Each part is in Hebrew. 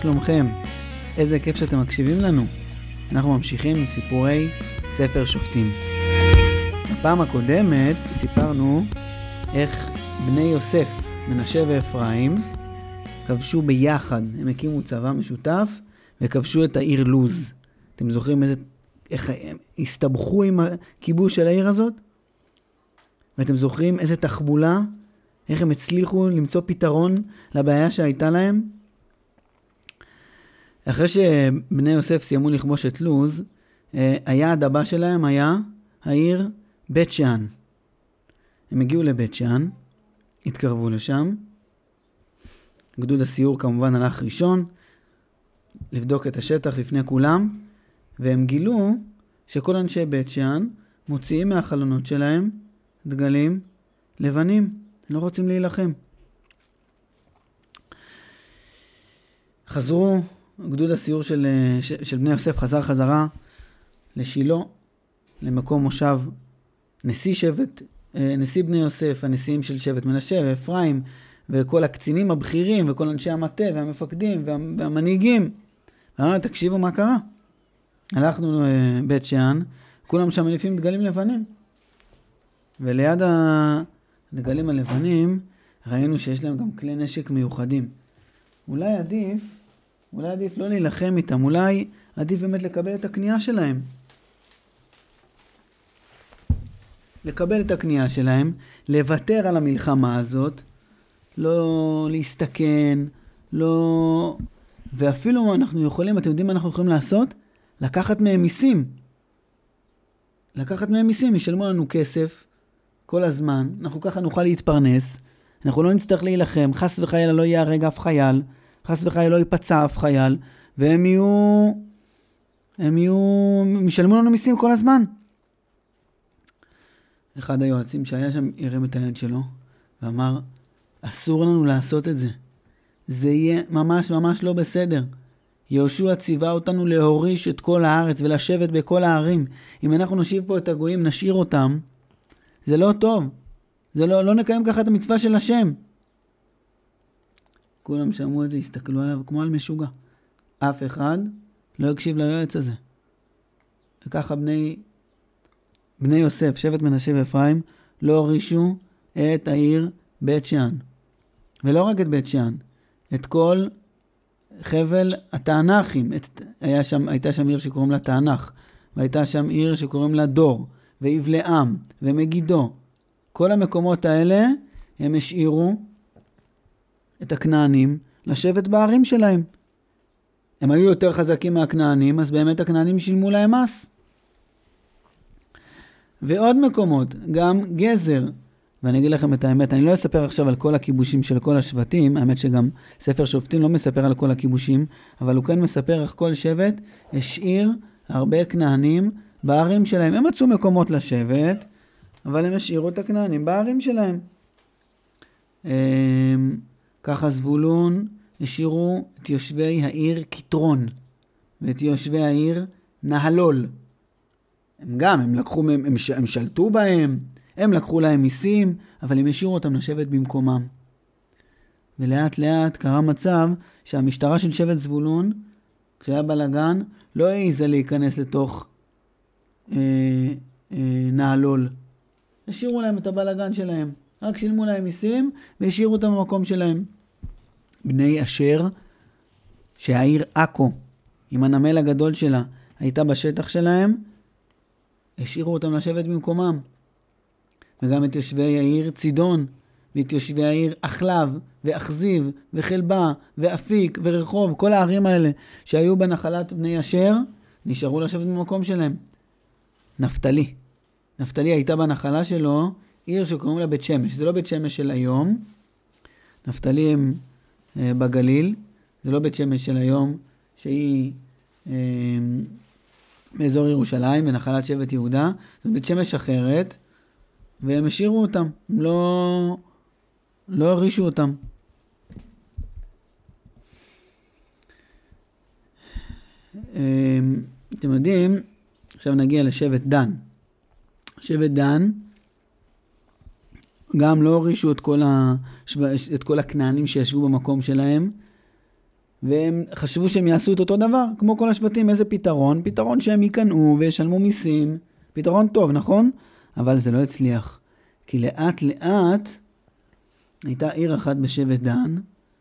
שלומכם? איזה כיף שאתם מקשיבים לנו. אנחנו ממשיכים עם סיפורי ספר שופטים. בפעם הקודמת סיפרנו איך בני יוסף, מנשה ואפרים, כבשו ביחד, הם הקימו צבא משותף וכבשו את העיר לוז. אתם זוכרים איך הם הסתבכו עם הכיבוש של העיר הזאת? ואתם זוכרים איזה תחבולה, איך הם הצליחו למצוא פתרון לבעיה שהייתה להם? אחרי שבני יוסף סיימו לכבוש את לוז, היעד הבא שלהם היה העיר בית שאן. הם הגיעו לבית שאן, התקרבו לשם. גדוד הסיור כמובן הלך ראשון, לבדוק את השטח לפני כולם, והם גילו שכל אנשי בית שאן מוציאים מהחלונות שלהם דגלים לבנים, לא רוצים להילחם. חזרו, גדוד הסיור של בני יוסף חזרה לשילה, למקום מושב נשיא בני יוסף, הנשיאים של שבט מנשה ואפרים, וכל הקצינים הבכירים, וכל אנשי המטה והמפקדים והמנהיגים. ואמרנו, תקשיבו מה קרה. הלכנו לבית שאן, כולם שם מניפים דגלים לבנים. וליד הדגלים הלבנים, ראינו שיש להם גם כלי נשק מיוחדים. אולי עדיף לא להילחם איתם, אולי עדיף באמת לקבל את הקנייה שלהם. לקבל את הקנייה שלהם, לוותר על המלחמה הזאת, לא להסתכן, לא... ואפילו אנחנו יכולים, אתם יודעים מה אנחנו יכולים לעשות? לקחת מהם מיסים. ישלמו לנו כסף כל הזמן, אנחנו ככה נוכל להתפרנס, אנחנו לא נצטרך להילחם, חס וחייל לא ייהרג אף חייל, חס וחייל לא ייפצע אף חייל, והם ישלמו לנו מיסים כל הזמן. אחד היועצים שהיה שם הרים את היד שלו, ואמר, אסור לנו לעשות את זה. זה יהיה ממש לא בסדר. יהושע ציווה אותנו להוריש את כל הארץ ולשבת בכל הערים. אם אנחנו נשיב פה את הגויים, נשאיר אותם, זה לא טוב. זה לא נקיים ככה את המצווה של השם. כולם שמעו את זה, הסתכלו עליו כמו על משוגע. אף אחד לא הקשיב ליועץ הזה. וככה בני יוסף, שבט מנשה ואפרים, לא הורישו את העיר בית שאן. ולא רק את בית שאן, את כל חבל התענכים. הייתה שם עיר שקוראים לה תענך, והייתה שם עיר שקוראים לה דור, ויבלעם, ומגידו. כל המקומות האלה הם השאירו את הכנענים לשבת בערים שלהם. הם היו יותר חזקים מהכנענים, אז באמת הכנענים שילמו להם מס. ועוד מקומות, גם גזר. ואני אגיד לכם את האמת, אני לא אספר עכשיו על כל הכיבושים של כל השבטים, האמת שגם ספר שופטים לא מספר על כל הכיבושים, אבל הוא כן מספר איך כל שבט השאיר הרבה כנענים בערים שלהם. הם מצאו מקומות לשבת, אבל הם השאירו את הכנענים בערים שלהם. ככה זבולון השאירו את יושבי העיר קיטרון, ואת יושבי העיר נהלול. הם שלטו בהם, הם לקחו להם מיסים, אבל הם השאירו אותם לשבת במקומם. ולאט לאט קרה מצב שהמשטרה של שבט זבולון, כשהיה בלגן, לא העיזה להיכנס לתוך נהלול. השאירו להם את הבלגן שלהם. רק שילמו להם מיסים והשאירו אותם במקום שלהם. בני אשר, שהעיר עכו, עם הנמל הגדול שלה, הייתה בשטח שלהם, השאירו אותם לשבת במקומם. וגם את יושבי העיר צידון, ואת יושבי העיר אחלב, ואכזיב, וחלבה, ואפיק, ורחוב, כל הערים האלה שהיו בנחלת בני אשר, נשארו לשבת במקום שלהם. נפתלי הייתה בנחלה שלו, עיר שקוראים לה בית שמש. זה לא בית שמש של היום. נפתלי הם בגליל. זה לא בית שמש של היום, שהיא באזור ירושלים, בנחלת שבט יהודה. זה בית שמש אחרת, והם השאירו אותם. הם לא הרישו אותם. אתם יודעים, עכשיו נגיע לשבט דן. שבט דן גם לא הורישו את כל הכנענים שישבו במקום שלהם, והם חשבו שהם יעשו את אותו דבר, כמו כל השבטים. איזה פתרון? פתרון שהם יקנאו וישלמו מיסים. פתרון טוב, נכון? אבל זה לא הצליח. כי לאט לאט הייתה עיר אחת בשבט דן,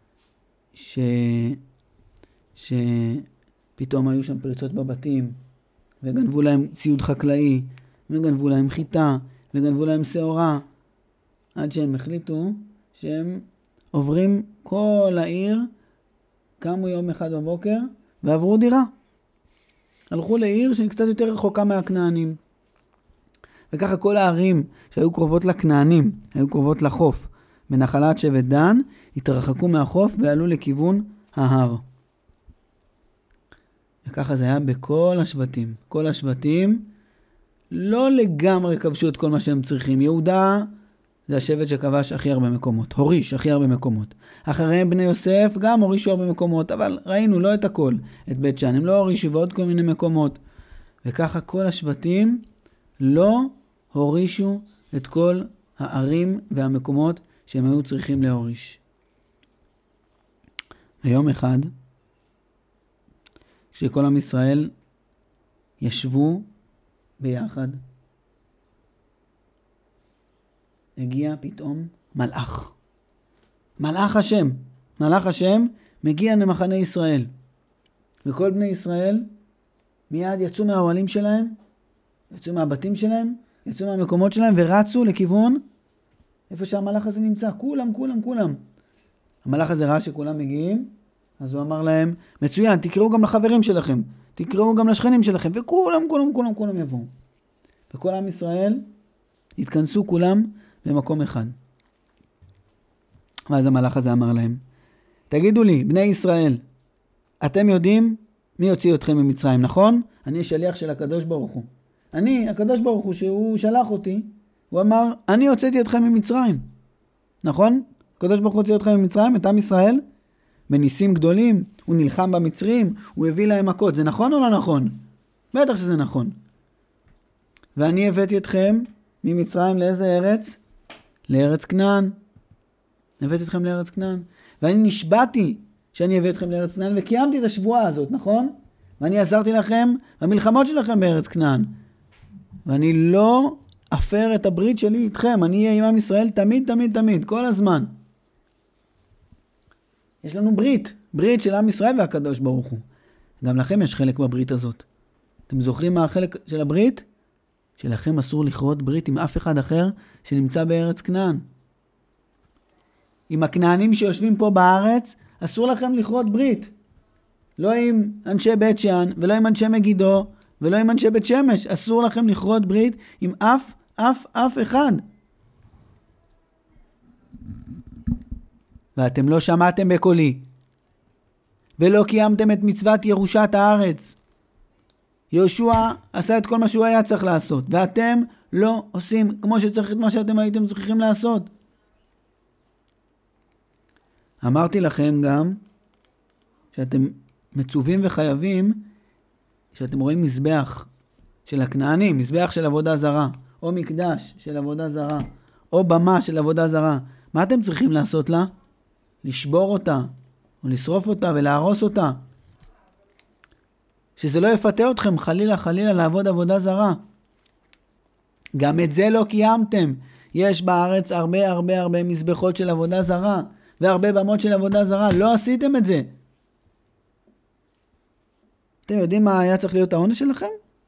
שפתאום היו שם פריצות בבתים, וגנבו להם ציוד חקלאי, וגנבו להם חיטה, וגנבו להם שעורה, עד שהם החליטו שהם עוברים כל העיר, קמו יום אחד בבוקר, ועברו דירה. הלכו לעיר שהיא קצת יותר רחוקה מהכנענים. וככה כל הערים שהיו קרובות לכנענים, היו קרובות לחוף, בנחלת שבט דן, התרחקו מהחוף ועלו לכיוון ההר. וככה זה היה בכל השבטים. כל השבטים לא לגמרי כבשו את כל מה שהם צריכים. יהודה זה השבט שכבש הכי הרבה מקומות. הוריש הכי הרבה מקומות. אחריהם בני יוסף גם הורישו הרבה מקומות, אבל ראינו לא את הכל. את בית שאן הם לא הורישו ועוד כל מיני מקומות. וככה כל השבטים לא הורישו את כל הערים והמקומות שהם היו צריכים להוריש. היום אחד, כשכל עם ישראל ישבו ביחד, הגיע פתאום מלאך. מלאך השם. מלאך השם מגיע למחנה ישראל. וכל בני ישראל מיד יצאו מהאוהלים שלהם, יצאו מהבתים שלהם, יצאו מהמקומות שלהם ורצו לכיוון איפה שהמלאך הזה נמצא. כולם. המלאך הזה ראה שכולם מגיעים, אז הוא אמר להם, מצוין, תקראו גם לחברים שלכם, תקראו גם לשכנים שלכם, וכולם יבואו. וכל עם ישראל התכנסו כולם במקום אחד. ואז המלאך הזה אמר להם, תגידו לי, בני ישראל, אתם יודעים מי יוציא אתכם ממצרים, נכון? אני שליח של הקדוש ברוך הוא. הקדוש ברוך הוא שהוא שלח אותי, הוא אמר, אני הוצאתי אתכם ממצרים. נכון? הקדוש ברוך הוא הוציא אתכם ממצרים, את עם ישראל, בניסים גדולים, הוא נלחם במצרים, הוא הביא להם מכות. זה נכון או לא נכון? בטח שזה נכון. ואני הבאתי אתכם ממצרים לאיזה ארץ? לארץ כנען. הבאתי אתכם לארץ כנען. ואני נשבעתי שאני הבאתי אתכם לארץ כנען, וקיימתי את השבועה הזאת, נכון? ואני עזרתי לכם במלחמות שלכם בארץ כנען. ואני לא אפר את הברית שלי איתכם. אני אהיה עם עם ישראל תמיד, כל הזמן. יש לנו ברית של עם ישראל והקדוש ברוך הוא. גם לכם יש חלק בברית הזאת. אתם זוכרים מה החלק של הברית? שלכם אסור לכרות ברית עם אף אחד אחר שנמצא בארץ כנען. עם הכנענים שיושבים פה בארץ, אסור לכם לכרות ברית. לא עם אנשי בית שאן, ולא עם אנשי מגידו, ולא עם אנשי בית שמש. אסור לכם לכרות ברית עם אף אחד. ואתם לא שמעתם בקולי, ולא קיימתם את מצוות ירושת הארץ. יהושע עשה את כל מה שהוא היה צריך לעשות, ואתם לא עושים כמו שצריך את מה שאתם הייתם צריכים לעשות. אמרתי לכם גם שאתם מצווים וחייבים, שאתם רואים מזבח של הכנענים, מזבח של עבודה זרה, או מקדש של עבודה זרה, או במה של עבודה זרה. מה אתם צריכים לעשות לה? לשבור אותה, או לשרוף אותה ולהרוס אותה. שזה לא יפתה אתכם חלילה לעבוד עבודה זרה. גם את זה לא קיימתם. יש בארץ הרבה מזבחות של עבודה זרה, והרבה במות של עבודה זרה. לא עשיתם את זה. אתם יודעים מה היה צריך להיות העונש שלכם?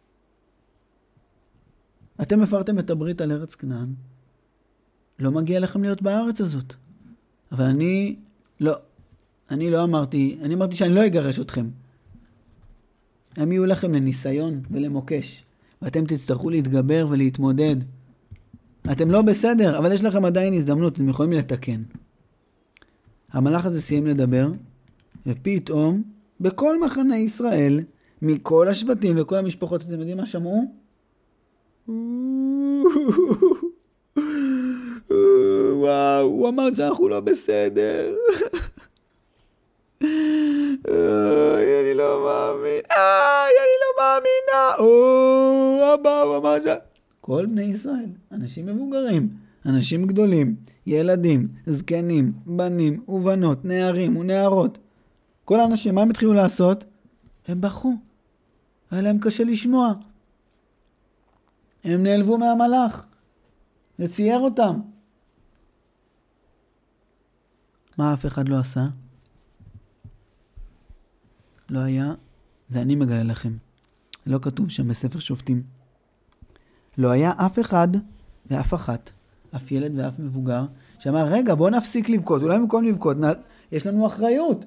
אתם הפרתם את הברית על ארץ כנען. לא מגיע לכם להיות בארץ הזאת. אבל אני לא אמרתי, אני אמרתי שאני לא אגרש אתכם. הם יהיו לכם לניסיון ולמוקש, ואתם תצטרכו להתגבר ולהתמודד. אתם לא בסדר, אבל יש לכם עדיין הזדמנות, אתם יכולים לתקן. המלאך הזה סיים לדבר, ופתאום, בכל מחנה ישראל, מכל השבטים וכל המשפחות, אתם יודעים מה שמעו? וואו, הוא אמר שאנחנו לא בסדר. אני לא מאמין. אני לא מאמינה. אבא, הוא אמר כל בני ישראל, אנשים מבוגרים, אנשים גדולים, ילדים, זקנים, בנים ובנות, נערים ונערות, כל האנשים, מה הם התחילו לעשות? הם בכו. היה להם קשה לשמוע. הם נעלבו מהמלאך. זה צייר אותם. מה אף אחד לא עשה? לא היה, זה אני מגלה לכם. לא כתוב שם בספר שופטים. לא היה אף אחד ואף אחת, אף ילד ואף מבוגר, שאמר, רגע, בוא נפסיק לבכות, אולי במקום לבכות, יש לנו אחריות.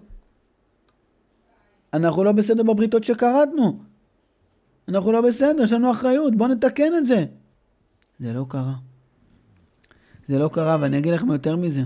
אנחנו לא בסדר בבריתות שקראתנו. אנחנו לא בסדר, יש לנו אחריות, בוא נתקן את זה. זה לא קרה. זה לא קרה, ואני אגיד לכם יותר מזה.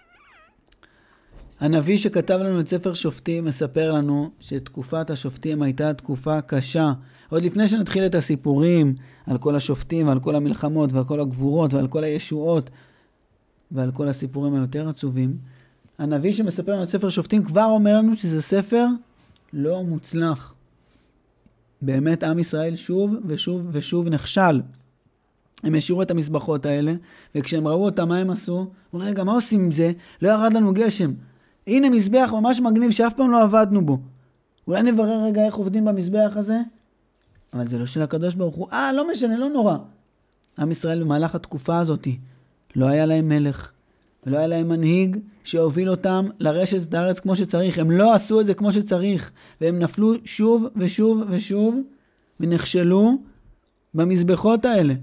הנביא שכתב לנו את ספר שופטים מספר לנו שתקופת השופטים הייתה תקופה קשה. עוד לפני שנתחיל את הסיפורים על כל השופטים ועל כל המלחמות ועל כל הגבורות ועל כל הישועות ועל כל הסיפורים היותר עצובים, הנביא שמספר לנו את ספר שופטים כבר אומר לנו שזה ספר לא מוצלח. באמת עם ישראל שוב ושוב ושוב נכשל. הם השאירו את המזבחות האלה, וכשהם ראו אותם מה הם עשו? אמרו, רגע, מה עושים עם זה? לא ירד לנו גשם. הנה מזבח ממש מגניב שאף פעם לא עבדנו בו. אולי נברר רגע איך עובדים במזבח הזה? אבל זה לא של הקדוש ברוך הוא. לא משנה, לא נורא. עם ישראל במהלך התקופה הזאת לא היה להם מלך, ולא היה להם מנהיג שהוביל אותם לרשת את הארץ כמו שצריך. הם לא עשו את זה כמו שצריך, והם נפלו שוב ושוב ושוב, ונכשלו במזבחות האלה.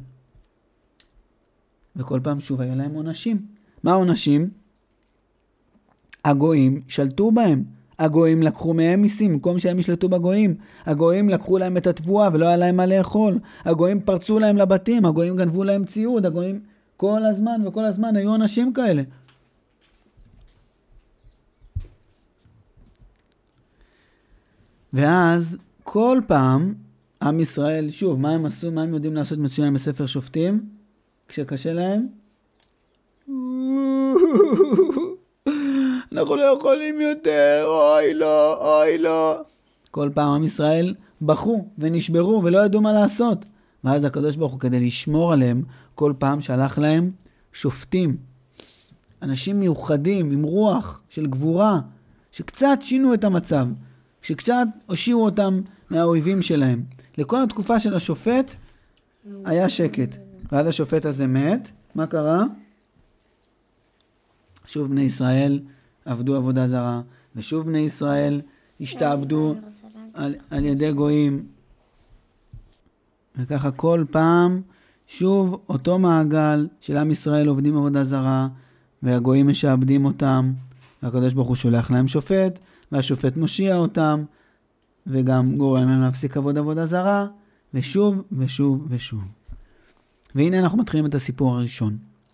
וכל פעם שוב היה להם עונשים. מה העונשים? הגויים שלטו בהם. הגויים לקחו מהם מיסים, במקום שהם ישלטו בגויים. הגויים לקחו להם את התבואה ולא היה להם מה לאכול. הגויים פרצו להם לבתים, הגויים גנבו להם ציוד, הגויים כל הזמן וכל הזמן היו אנשים כאלה. ואז כל פעם עם ישראל, שוב, מה הם עשו, מה הם יודעים לעשות מצוין בספר שופטים? כשקשה להם? אנחנו לא יכולים יותר, אוי לא, אוי לא. כל פעם עם ישראל בכו ונשברו ולא ידעו מה לעשות. ואז הקדוש ברוך הוא כדי לשמור עליהם, כל פעם שלח להם שופטים. אנשים מיוחדים עם רוח של גבורה, שקצת שינו את המצב, שקצת הושיעו אותם מהאויבים שלהם. לכל התקופה של השופט היה שקט. ואז השופט הזה מת. מה קרה? שוב בני ישראל עבדו עבודה זרה, ושוב בני ישראל השתעבדו על ידי גויים. וככה כל פעם שוב אותו מעגל של עם ישראל עובדים עבודה זרה, והגויים משעבדים אותם, והקדוש ברוך הוא שולח להם שופט, והשופט מושיע אותם, וגם גורם להם להפסיק עבודה זרה, ושוב ושוב ושוב. והנה אנחנו מתחילים את הסיפור הראשון.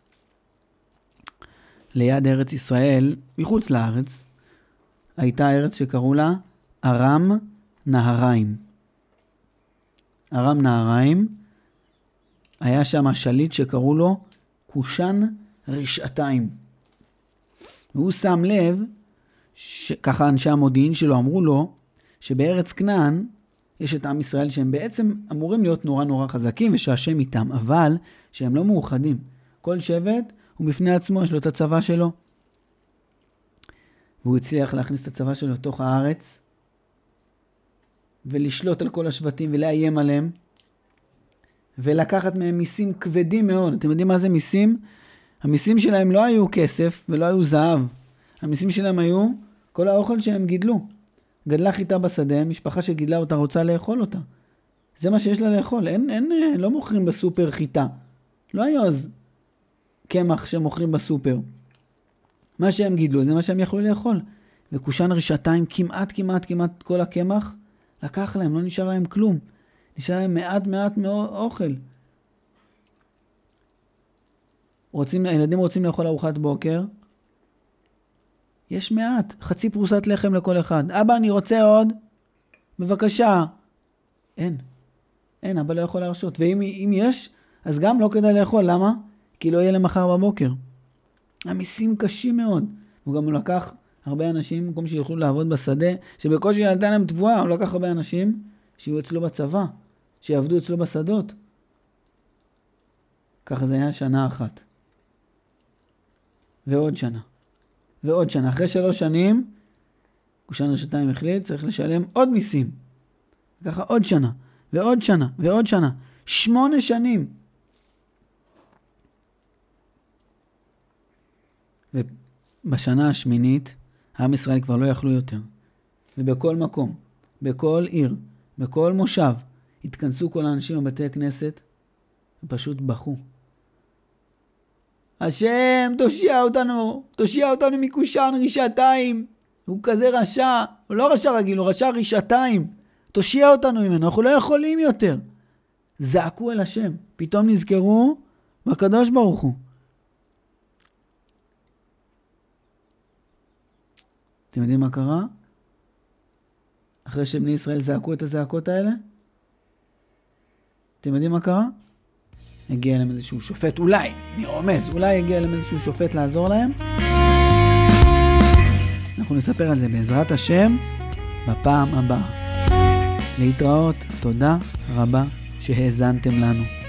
ליד ארץ ישראל, מחוץ לארץ, הייתה ארץ שקראו לה ארם נהריים. ארם נהריים, היה שם שליט שקראו לו קושן רשעתיים. והוא שם לב, ככה אנשי המודיעין שלו אמרו לו, שבארץ כנען יש את עם ישראל שהם בעצם אמורים להיות נורא נורא חזקים ושהשם איתם, אבל שהם לא מאוחדים. כל שבט הוא בפני עצמו, יש לו את הצבא שלו. והוא הצליח להכניס את הצבא שלו לתוך הארץ, ולשלוט על כל השבטים ולאיים עליהם, ולקחת מהם מיסים כבדים מאוד. אתם יודעים מה זה מיסים? המיסים שלהם לא היו כסף ולא היו זהב. המיסים שלהם היו כל האוכל שהם גידלו. גדלה חיטה בשדה, משפחה שגידלה אותה רוצה לאכול אותה. זה מה שיש לה לאכול. לא מוכרים בסופר חיטה. לא היו אז קמח שמוכרים בסופר. מה שהם גידלו זה מה שהם יכלו לאכול. וקושן רשעתיים כמעט כל הקמח לקח להם, לא נשאר להם כלום. נשאר להם מעט מאוד אוכל. הילדים רוצים לאכול ארוחת בוקר. יש מעט, חצי פרוסת לחם לכל אחד. אבא, אני רוצה עוד. בבקשה. אין, אבא לא יכול להרשות. ואם יש, אז גם לא כדאי לאכול. למה? כי לא יהיה למחר בבוקר. המיסים קשים מאוד. הוא גם לקח הרבה אנשים, במקום שיוכלו לעבוד בשדה, שבקושי ילדה להם תבואה, הוא לקח הרבה אנשים שיהיו אצלו בצבא, שיעבדו אצלו בשדות. ככה זה היה שנה אחת. ועוד שנה. אחרי 3 שנים, קושן רשתיים החליט, צריך לשלם עוד מיסים. ככה עוד שנה, ועוד שנה, ועוד שנה. 8 שנים. ובשנה השמינית, עם ישראל כבר לא יכלו יותר. ובכל מקום, בכל עיר, בכל מושב, התכנסו כל האנשים בבתי הכנסת, ופשוט בכו. השם, תושיע אותנו מקושן רשתיים. הוא כזה רשע, הוא לא רשע רגיל, הוא רשע רשתיים. תושיע אותנו ממנו, אנחנו לא יכולים יותר. זעקו אל השם, פתאום נזכרו בקדוש ברוך הוא. אתם יודעים מה קרה? אחרי שבני ישראל זעקו את הזעקות האלה? אתם יודעים מה קרה? הגיע אליהם איזשהו שופט, אולי, נרומז, אולי הגיע אליהם איזשהו שופט לעזור להם. אנחנו נספר על זה בעזרת השם בפעם הבאה. להתראות, תודה רבה שהאזנתם לנו.